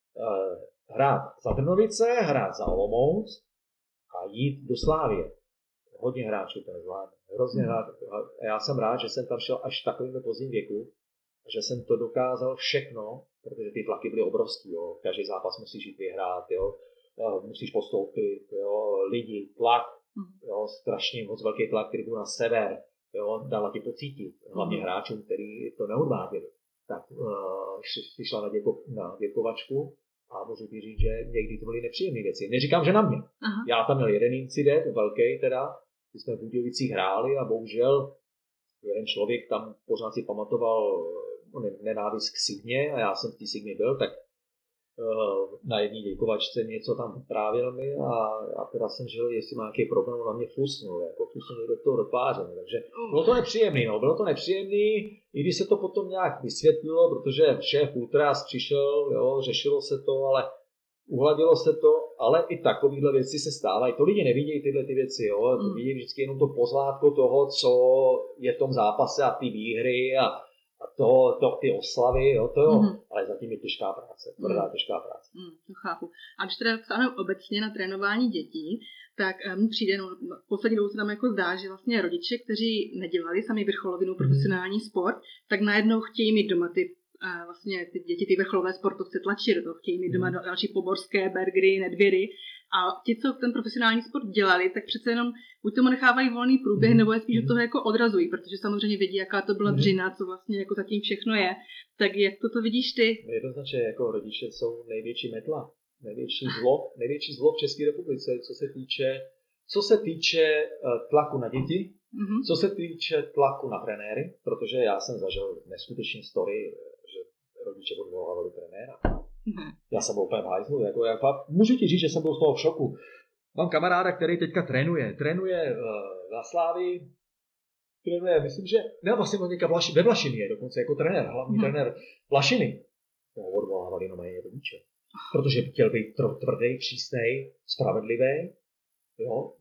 hrát za Trnovice, hrát za Olomouc a jít do Slávie. Hodně hráčů to nezvládne. Hrozně hrát. A já jsem rád, že jsem tam šel až v takovém pozdním věku, že jsem to dokázal všechno, protože ty tlaky byly obrovský. Jo. Každý zápas musíš jít vyhrát, jo. Musíš postoupit, jo. Lidi, tlak, jo. Strašně moc velký tlak, který byl na sever, jo. Dala ti pocítit, hlavně hráčům, kteří to neodváděli. Tak šla na děkovačku a můžu ti říct, že někdy to byly nepříjemné věci. Neříkám, že na mě. Aha. Já tam měl jeden incident, velký teda, kdy jsme v Budějovicích hráli a bohužel jeden člověk tam pořád si pamatoval nenávist k Signě a já jsem v té Signě byl, tak na jedné děkovačce něco tam vyprávěl mi a teda jsem žil, jestli má nějaký problém, on na mě flusnul do toho do tváře. Takže bylo to nepříjemný, i když se to potom nějak vysvětlilo, protože šéf Ultras přišel, jo, řešilo se to, ale uhladilo se to, ale i takovýhle věci se stávají. To lidi nevidějí tyhle ty věci, jo, to vidí vždycky jenom to pozlátko toho, co je v tom zápase a ty výhry a ty oslavy, jo, to jo, ale zatím je těžká práce, těžká práce. To chápu. A když teda ptáme obecně na trénování dětí, tak mi přijde, v poslední dobou se tam jako zdá, že vlastně rodiče, kteří nedělali sami vrcholovinu profesionální sport, tak najednou chtějí mít doma vlastně ty děti, ty vrcholové sportovce tlačí do toho, chtějí mít doma další poborské, bergery, nedvěry. A ti, co ten profesionální sport dělali, tak přece jenom buď tomu nechávají volný průběh, nebo je spíš do toho jako odrazují, protože samozřejmě vědí, jaká to byla dřina, co vlastně jako zatím všechno je. Tak jak to vidíš ty? Jednoznačně jako rodiče jsou největší metla, největší zlo v České republice, co se týče tlaku na děti, co se týče tlaku na trenéry, protože já jsem zažil neskutečný story, že rodiče odvolávali trenéra. Já jsem byl úplně v hajzlu, můžu ti říct, že jsem byl z toho v šoku. Mám kamaráda, který teďka trénuje na Slávii, myslím, že vlastně ve Vlašimi je dokonce jako trenér, hlavní trenér Vlašiny. Toho odvolávali na moje rodiče. Protože chtěl být tvrdý, přísnej, spravedlivý. Jo,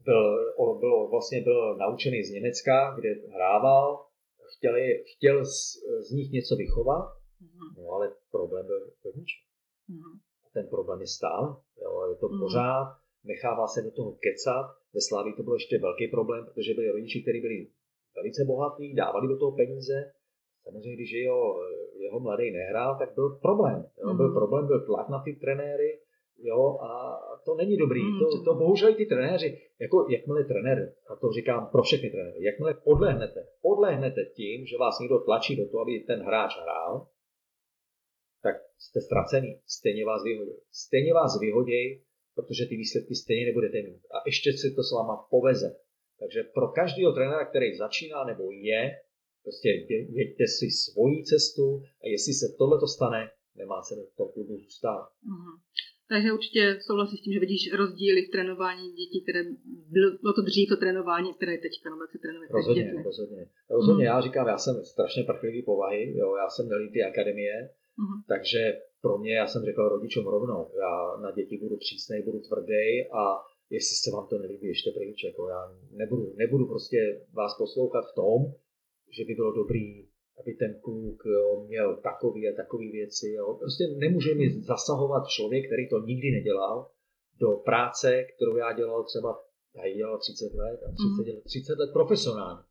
byl naučený z Německa, kde hrával, chtěl z nich něco vychovat, no ale problém byl vevnitř. Ten problém je stále, jo, je to pořád, nechává se do toho kecat. Ve Slávii to byl ještě velký problém, protože byli rodiči, kteří byli velice bohatí, dávali do toho peníze. Samozřejmě, když jeho mladý nehrál, tak byl problém. Jo, byl tlak na ty trenéry, jo, a to není dobrý. To bohužel ty trenéři, jako jakmile trenér, a to říkám pro všechny trenéry, jakmile podlehnete tím, že vás někdo tlačí do toho, aby ten hráč hrál, tak jste ztracený, stejně vás vyhodí, protože ty výsledky stejně nebudete mít. A ještě si to s váma poveze. Takže pro každého trenéra, který začíná nebo prostě jeďte si svoji cestu a jestli se tohleto stane, nemá se v tom klubu zůstat. Takže určitě souhlasím s tím, že vidíš rozdíly v trénování dětí, které bylo to dřív to trénování, které teďka se trénuje. Rozhodně. Já říkám, já jsem strašně prchlivý povahy, jo, já jsem měl ty akademie, takže pro mě, já jsem řekl rodičům rovnou, já na děti budu přísnej, budu tvrdý a jestli se vám to nelíbí, ještě pryč, jako já nebudu prostě vás poslouchat v tom, že by bylo dobrý, aby ten kluk měl takový věci. Jo. Prostě nemůže mi zasahovat člověk, který to nikdy nedělal, do práce, kterou já dělal třeba, já ji dělal 30 let a 30 let profesionálně.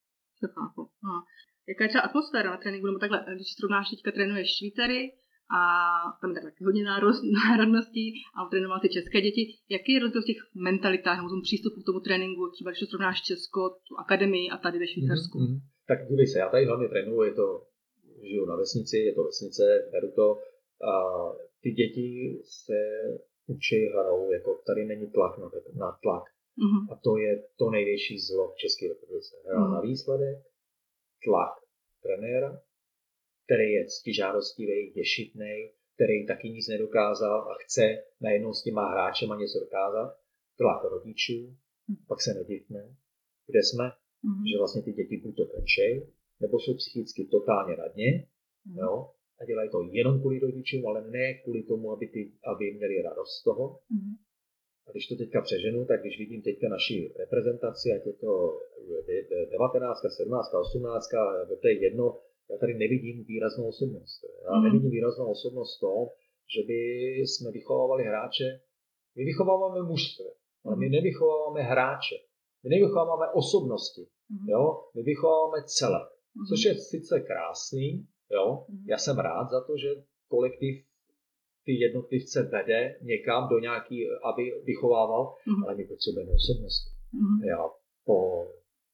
Jaká je třeba atmosféra na tréninku, nebo takhle, když srovnáš teďka trénuješ Švýcary a tam je tak hodně národností a trénoval ty české děti, jaký je rozdíl v těch mentalitách nebo tom přístupu k tomu tréninku, třeba když to srovnáš Česko, tu akademii a tady ve Švýcarsku? Tak dívej se, já tady hlavně trénuji, žiju na vesnici, je to vesnice, beru to a ty děti se učí hrou, jako tady není tlak na tlak. A to je to největší zlo v České republice. Na výsledek, tlak trenéra, který je ctižádostivý, je šitnej, který taky nic nedokázal a chce najednou s těma hráčema něco dokázat, tlak rodičů, pak se nedivme, kde jsme, že vlastně ty děti buď to končí, nebo jsou psychicky totálně na dně, jo, a dělají to jenom kvůli rodičům, ale ne kvůli tomu, aby měli radost z toho. A když to teďka přeženu, tak když vidím teďka naši reprezentaci, ať je to 19, 17, 18, to je jedno, já tady nevidím výraznou osobnost. Já nevidím výraznou osobnost v tom, že by jsme vychovávali hráče. My vychováváme mužstvo, ale my nevychováváme hráče. My nevychováváme osobnosti. Jo? My vychováváme celé. Což je sice krásný, jo? Já jsem rád za to, že kolektiv ty jednotlivce vede někam do nějaký, aby vychovával, ale my potřebujeme osobnosti. Já po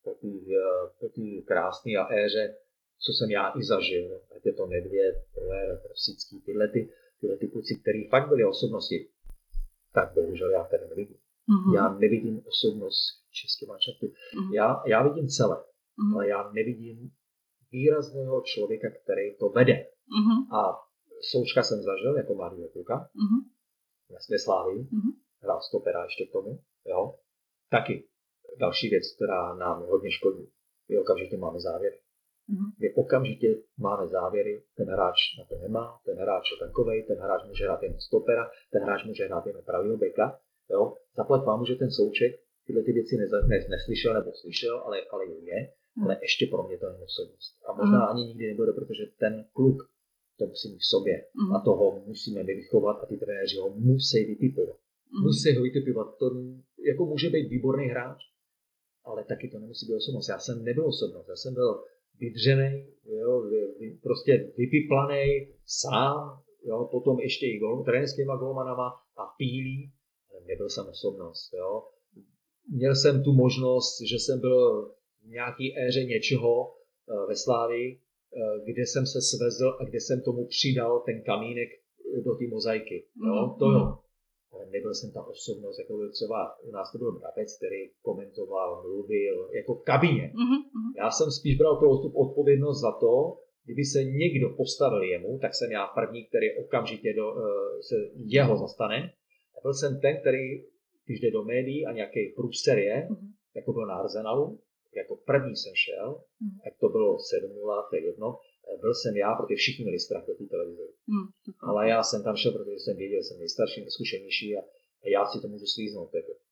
té krásné éře, co jsem já i zažil, ať je to Nedvěd, Rosický, tyhle ty kluci, který fakt byly osobnosti, tak bohužel já tady nevidím. Já nevidím osobnost českého manšaftu. Já vidím celé, ale já nevidím výrazného člověka, který to vede. A Součka jsem zažil jako mladý kluka. Ve Slávii. Hrál stopera ještě k tomu. Jo. Taky další věc, která nám hodně škodí. My okamžitě máme závěry. My okamžitě máme závěry, ten hráč na to nemá, ten hráč je takovej, ten hráč může hrát jen stopera, ten hráč může hrát jen pravýho beka. Jo. Zaplať vám, že ten Souček tyhle ty věci neslyšel nebo slyšel, ale je. Ale ještě pro mě to je osobnost. A možná ani nikdy nebude, protože ten kluk to musí mít v sobě a toho musíme vychovat a ty trenéři ho musí vytipovat. Musí ho vytipovat. To jako může být výborný hráč, ale taky to nemusí být osobnost. Já jsem nebyl osobnost, já jsem byl vydřený, prostě vypiplaný sám, jo, potom ještě i trenerskýma golmanama a pílí, ale nebyl jsem osobnost. Jo. Měl jsem tu možnost, že jsem byl v nějaký éře něčeho ve Slávii, kde jsem se svezl a kde jsem tomu přidal ten kamínek do té mozaiky. Jo? To jo. Ale nebyl jsem ta osobnost, jako byl třeba, u nás to byl Brabec, který komentoval, mluvil, jako v kabině. Já jsem spíš bral tu odpovědnost za to, kdyby se někdo postavil jemu, tak jsem já první, který okamžitě se jeho zastane. A byl jsem ten, který, když jde do médií a nějaký průser je, jako byl na Arsenalu, jako první jsem šel, jak to bylo 7-0, to je jedno, byl jsem já, protože všichni měli strach do té televize. Ale já jsem tam šel, protože jsem věděl, jsem nejstarší, nejzkušenější a já si to můžu slíznout.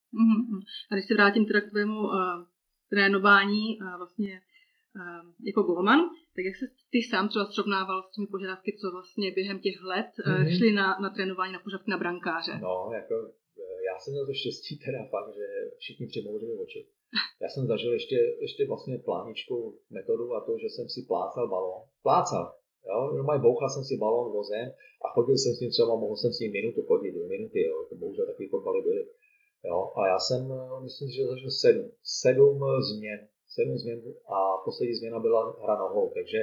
A když se vrátím teda k tvému trénování vlastně jako golman, tak jak se ty sám třeba srovnával s těmi požadavky, co vlastně během těch let šli na trénování na požadavky na brankáře? No, jako já jsem měl to štěstí teda fakt, že všichni přimouřili oči. Já jsem zažil ještě vlastně pláničkou metodu a to, že jsem si plácal balón. Jo? Normálně bouchal jsem si balón vozem a chodil jsem s ním třeba, mohl jsem s ním minutu chodit, 2 minuty, jo? To bohužel takový fotbaly byly. Jo? A já jsem, myslím, že zažil 7 změn a poslední změna byla hra nohou, takže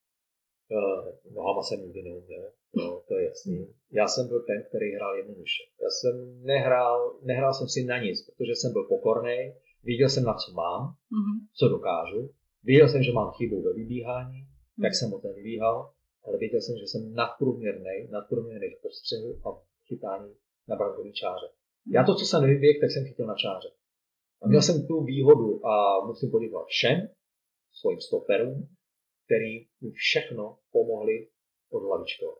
nohama jsem nikdy neuměl, jo? To je jasný. Já jsem byl ten, který hrál jednoduše. Já jsem nehrál jsem si na nic, protože jsem byl pokorný. Věděl jsem, na co mám, co dokážu. Věděl jsem, že mám chybu ve vybíhání, tak jsem o ten vybíhal, ale věděl jsem, že jsem nadprůměrný v postřehu a chytání na brankový čáře. Já to, co jsem nevyběhl, tak jsem chytil na čáře. A měl jsem tu výhodu a musím poděkovat všem svým stoperům, který mi všechno pomohli odhlavičkovat.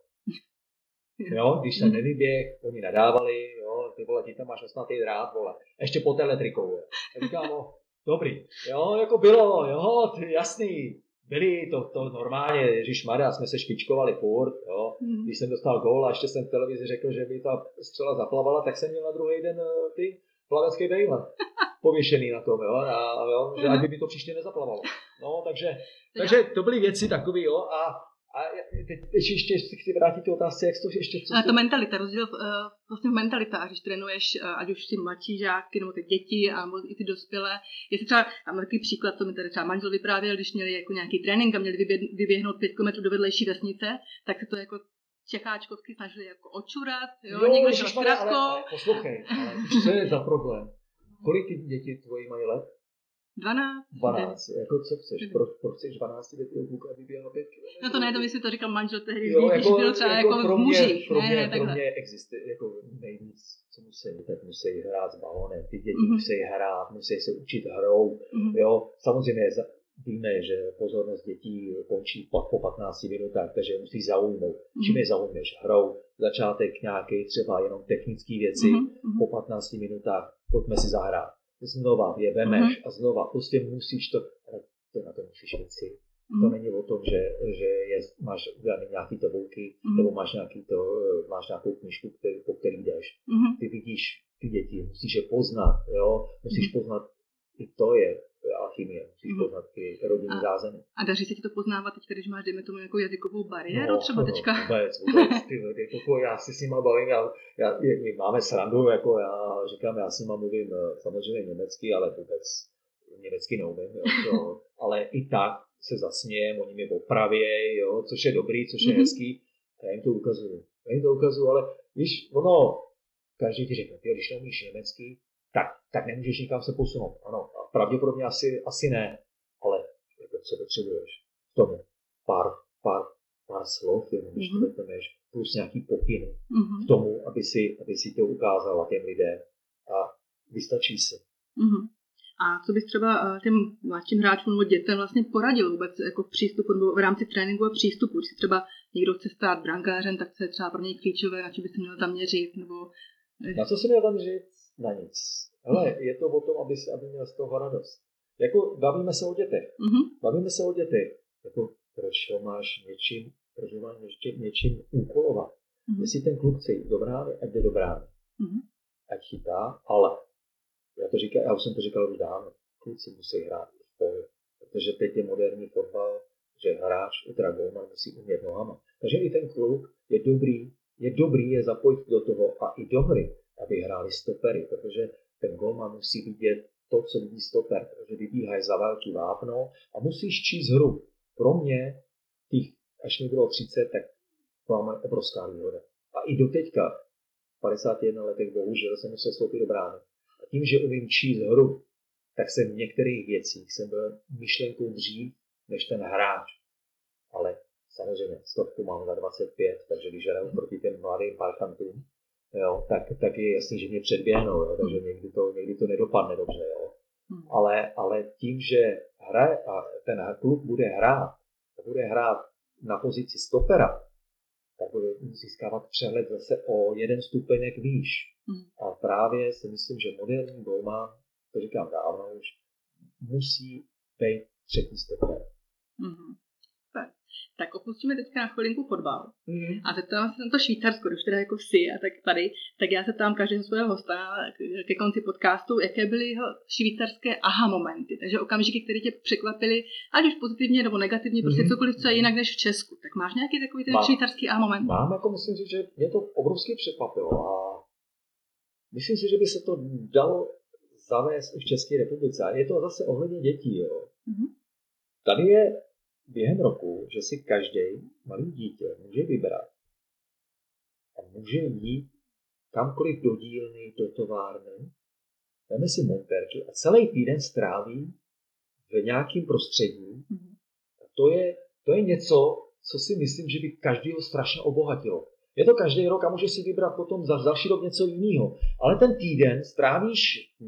Jo, když jsem nevyběhl, oni nadávali, jo, ty vole, ty tam máš osnatý drát, vole, ještě po téhle trikou. Já říkám, dobrý, jo, jako bylo, jo, jasný, byli to normálně, ježišmarja, jsme se špičkovali furt, jo, když jsem dostal gól a ještě jsem v televizi řekl, že by ta střela zaplavala, tak jsem měl na druhý den ty plavecký bejle pověšený na tom, jo, že ať by to příště nezaplavalo. No, takže to byly věci takové, jo, a teď ještě chci vrátit tu otázce, jak to ještě... Ale to mentalita, rozdíl vlastně v mentalitách, když trénuješ, ať už ty mladší žáky, nebo ty děti, nebo i ty dospělé. Jestli třeba, mám takový příklad, co mi tady třeba manžel vyprávěl, když měli jako nějaký trénink a měli vyběhnout 5 km do vedlejší vesnice, tak se to jako čecháčkovsky snažili jako očurat, jo, někdo šel s krátkou. Ale poslouchej, ale co je za problém? Kolik ty děti tvojí mají let? 12. Jako co chceš? Proč chceš 12 letého kluka, aby běhal 5 km? No to ne, to si to říkal manžel tehdy, když byl třeba jako v mužích. Pro mě existuje jako nejvíc, co musí hrát s balónem. Ty děti musí hrát, musí se učit hrou. Jo, samozřejmě víme, že pozornost dětí končí po 15 minutách, takže musí zaujmout. Čím je zaujmeš? Hrou, začátek nějaký třeba jenom technické věci, po 15 minutách pojďme si zahrát. Znova je vemeš a znova, prostě musíš to na to musíš věci. To není o tom, že máš nějaký tabulky, nebo máš nějakou knížku, po který jdeš. Ty vidíš ty děti, musíš je poznat, jo? Musíš poznat, i to je alchymie, musíš poznat i rodinný zázemí. A daří se ti to poznávat teď, když máš, dejme tomu, jako jazykovou bariéru třeba teďka? Vůbec, já si s nima bavím, my máme srandu, jako já říkám, já s nima mluvím samozřejmě německy, ale vůbec německy neumím, jo, ale i tak se zasmějem, oni mi opravějí, jo, což je dobrý, což je hezký, a já jim to ukazuju, ale víš, každý ti řekne, když neumíš německy, tak nemůžeš nikam se posunout, ano, a pravděpodobně asi ne, ale jako co potřebuješ k tomu, pár slov, jenom když to vezmeš, plus nějaký pokyny k tomu, aby si to ukázala těm lidem a vystačí si. A co bys třeba těm mladším hráčům nebo dětem vlastně poradil vůbec jako v přístupu nebo v rámci tréninku a přístupu? Když třeba někdo chce stát brankářem, tak co je třeba pro něj klíčové, na co by se měl zaměřit? Nebo... Na co se měl zaměřit? Na nic. Ale je to o tom, aby měl z toho radost. Jako bavíme se o dětech. Jako proč ho máš něčím úkolovat? Jestli ten kluk chce jít do brány, ať jde do brány. Ať chytá, ale já už jsem to říkal už dávno, kluci musí hrát v poli, protože teď je moderní fotbal, že hráč, teda golman musí umět nohama. Takže i ten kluk je dobrý je zapojit do toho a i do hry, aby hráli stopery, protože ten golman musí vidět to, co vidí stoper, protože vybíhají za velký vápno a musíš číst hru. Pro mě, až mi bylo 30, tak to máme obrovská výhoda. A i do teďka, v 51 letech bohužel, jsem musel vstoupit do brány. A tím, že umím číst hru, tak jsem v některých věcích byl myšlenkou dřív než ten hráč. Ale samozřejmě 100 mám za 25, takže když hraju proti těm mladým parchantům, jo, tak je jasný, že mě předběhnou, jo, takže někdy to nedopadne dobře. Jo. Ale tím, že hraje a ten kluk bude hrát na pozici stopera, tak bude získávat přehled zase o jeden stupeněk výš. A právě si myslím, že moderní golman, to říkám dávno už, musí být třetí stoper. Tak opustíme teďka na chvilinku fotbal. A zeptám se na to Švýcarsko, když teda jako jsi a tak tady, tak já se ptám každého svého hosta ke konci podcastu, jaké byly jeho švýcarské aha momenty, takže okamžiky, které tě překvapily, ať už pozitivně nebo negativně, prostě cokoliv, co je jinak než v Česku. Tak máš nějaký takový ten švýcarský aha moment? Mám, jako musím říct, že mě to obrovsky překvapilo a myslím si, že by se to dalo zavést i v České republice. A je to zase ohledně dětí, jo. Tady je během roku, že si každý malý dítě může vybrat a může jít kamkoliv do dílny, do továrny, veme si montérky a celý týden stráví v nějakém prostředí. A to je něco, co si myslím, že by každého strašně obohatilo. Je to každý rok a může si vybrat potom za další rok něco jiného. Ale ten týden strávíš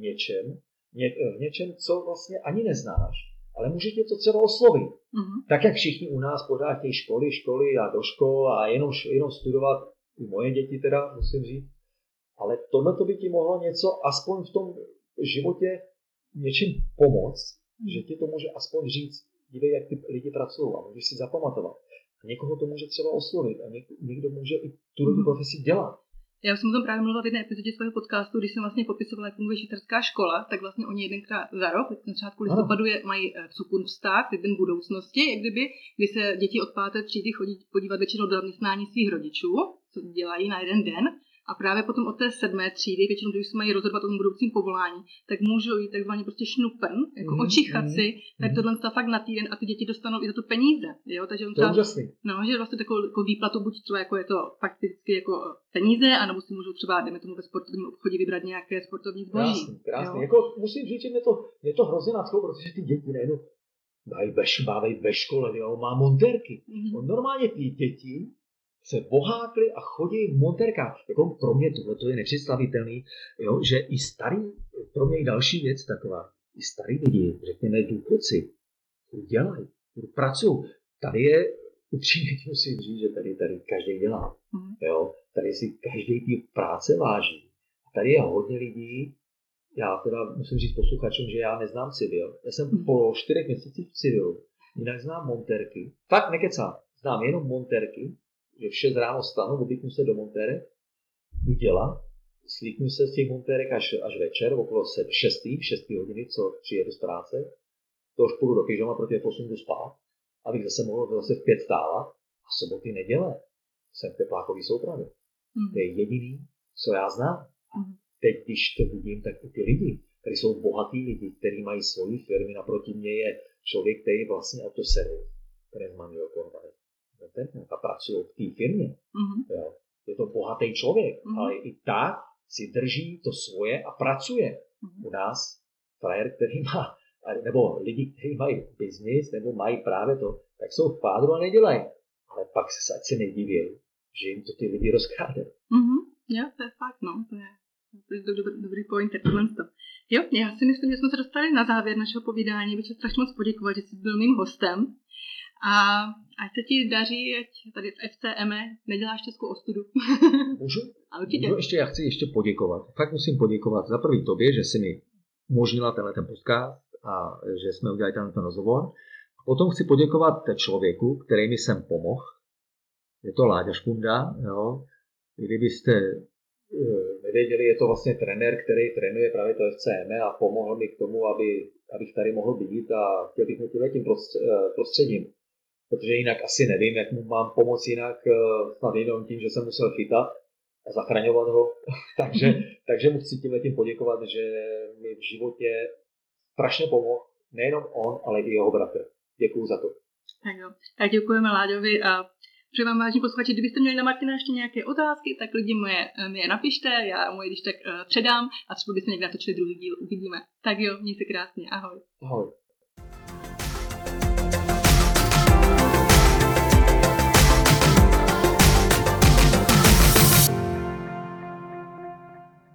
v něčem, co vlastně ani neznáš, ale může tě to třeba oslovit. Tak jak všichni u nás pořád chtějí školy a do škol a jenom studovat, i moje děti teda, musím říct. Ale tohle by ti mohlo něco aspoň v tom životě něčím pomoct, že ti to může aspoň říct, dívej, jak ty lidi pracují a můžeš si zapamatovat. A někoho to může třeba oslovit a někdo může i tu profesi dělat. Já jsem o tom právě mluvila v jedné epizodě svého podcastu, když jsem vlastně popisovala, jak funguje švýcarská škola, tak vlastně oni jedenkrát za rok, na začátku listopadu mají Zukunftstag, den budoucnosti, jak kdyby, kdy se děti od 5. třídy chodí podívat většinou do zaměstnání svých rodičů, co dělají na jeden den. A právě potom od té 7. třídy, většinou, když se mají rozhodovat o tom budoucím povolání, tak můžou jít takzvaně prostě šnupen, jako očichat si, tak tohle fakt na týden a ty děti dostanou i za to peníze. Jo? Takže on třeba, že vlastně takovou výplatu buď třeba jako je to fakticky jako peníze, anebo si můžou třeba, dejme tomu ve sportovním obchodě vybrat nějaké sportovní zboží. Krásný. Jako musím říct, že mě to hrozně nadchlo, protože ty děti nejenom bávají ve škole, jo? Má montérky. Normálně ty děti se bohákli a chodí v montérkách. Jako pro mě tohle je nepředstavitelný, jo, že i starý, pro mě i další věc taková, i starý lidi, řekněme důchodci, dělají, pracují. Tady je, upřímně musím říct, že tady každý dělá. Jo? Tady si každý ty práce váží. Tady je hodně lidí, já teda musím říct posluchačům, že já neznám civil. Já jsem po 4 měsících v civilu, jinak znám montérky. Fakt nekecám, znám jenom montérky, že v 6 ráno stanu, obvyknu se do montérek, jdu dělat, slíknu se z těch montérek až večer, okolo 6 hodiny, co přijedu z práce. To už půjdu do pyžama, protože v 8 jdu spát, abych zase mohl zase v 5 stávat. A soboty, neděle jsem v teplákový soupravě. To je jediný, co já znám. Teď, když to vidím, tak i ty lidi, kteří jsou bohatí lidi, kteří mají svoji firmy, naproti mě je člověk, který vlastně autoservis, který je manželkou a pracují v té firmě. Jo. Je to bohatý člověk, ale i tak si drží to svoje a pracuje. U nás frajer, který má, nebo lidi, kteří mají biznis, nebo mají právě to, tak jsou v pádru a nedělají. Ale pak se nediví, že jim to ty lidi rozkrádají. Jo, to je fakt, no, to je dobrý point, tohle to. Jo, já si myslím, že jsme se dostali na závěr našeho povídání, bych strašně moc poděkovat, že jsi byl mým hostem. A ať se ti daří, ať tady v FCM neděláš českou ostudu. Můžu? A určitě. Já chci ještě poděkovat. Fakt musím poděkovat za první tobě, že jsi mi umožnila ten podcast a že jsme udělali ten rozhovor. A potom chci poděkovat člověku, který mi sem pomohl. Je to Láďa Škunda, jo. Kdybyste nevěděli, je to vlastně trenér, který trénuje právě to FCM a pomohl mi k tomu, abych tady mohl být a chtěl bych motivovat tím prostředím. Protože jinak asi nevím, jak mu mám pomoct jinak, snad jenom tím, že jsem musel chytat a zachraňovat ho. takže mu chci tím poděkovat, že mi v životě strašně pomohl, nejenom on, ale i jeho bratr. Děkuju za to. Tak jo, tak děkujeme Láďovi a přeji vám, vážení posluchači, kdybyste měli na Martina ještě nějaké otázky, tak lidi mi je napište, já mu je když tak předám a třeba byste někdy natočili druhý díl, uvidíme. Tak jo, měj se krásně, ahoj. Ahoj.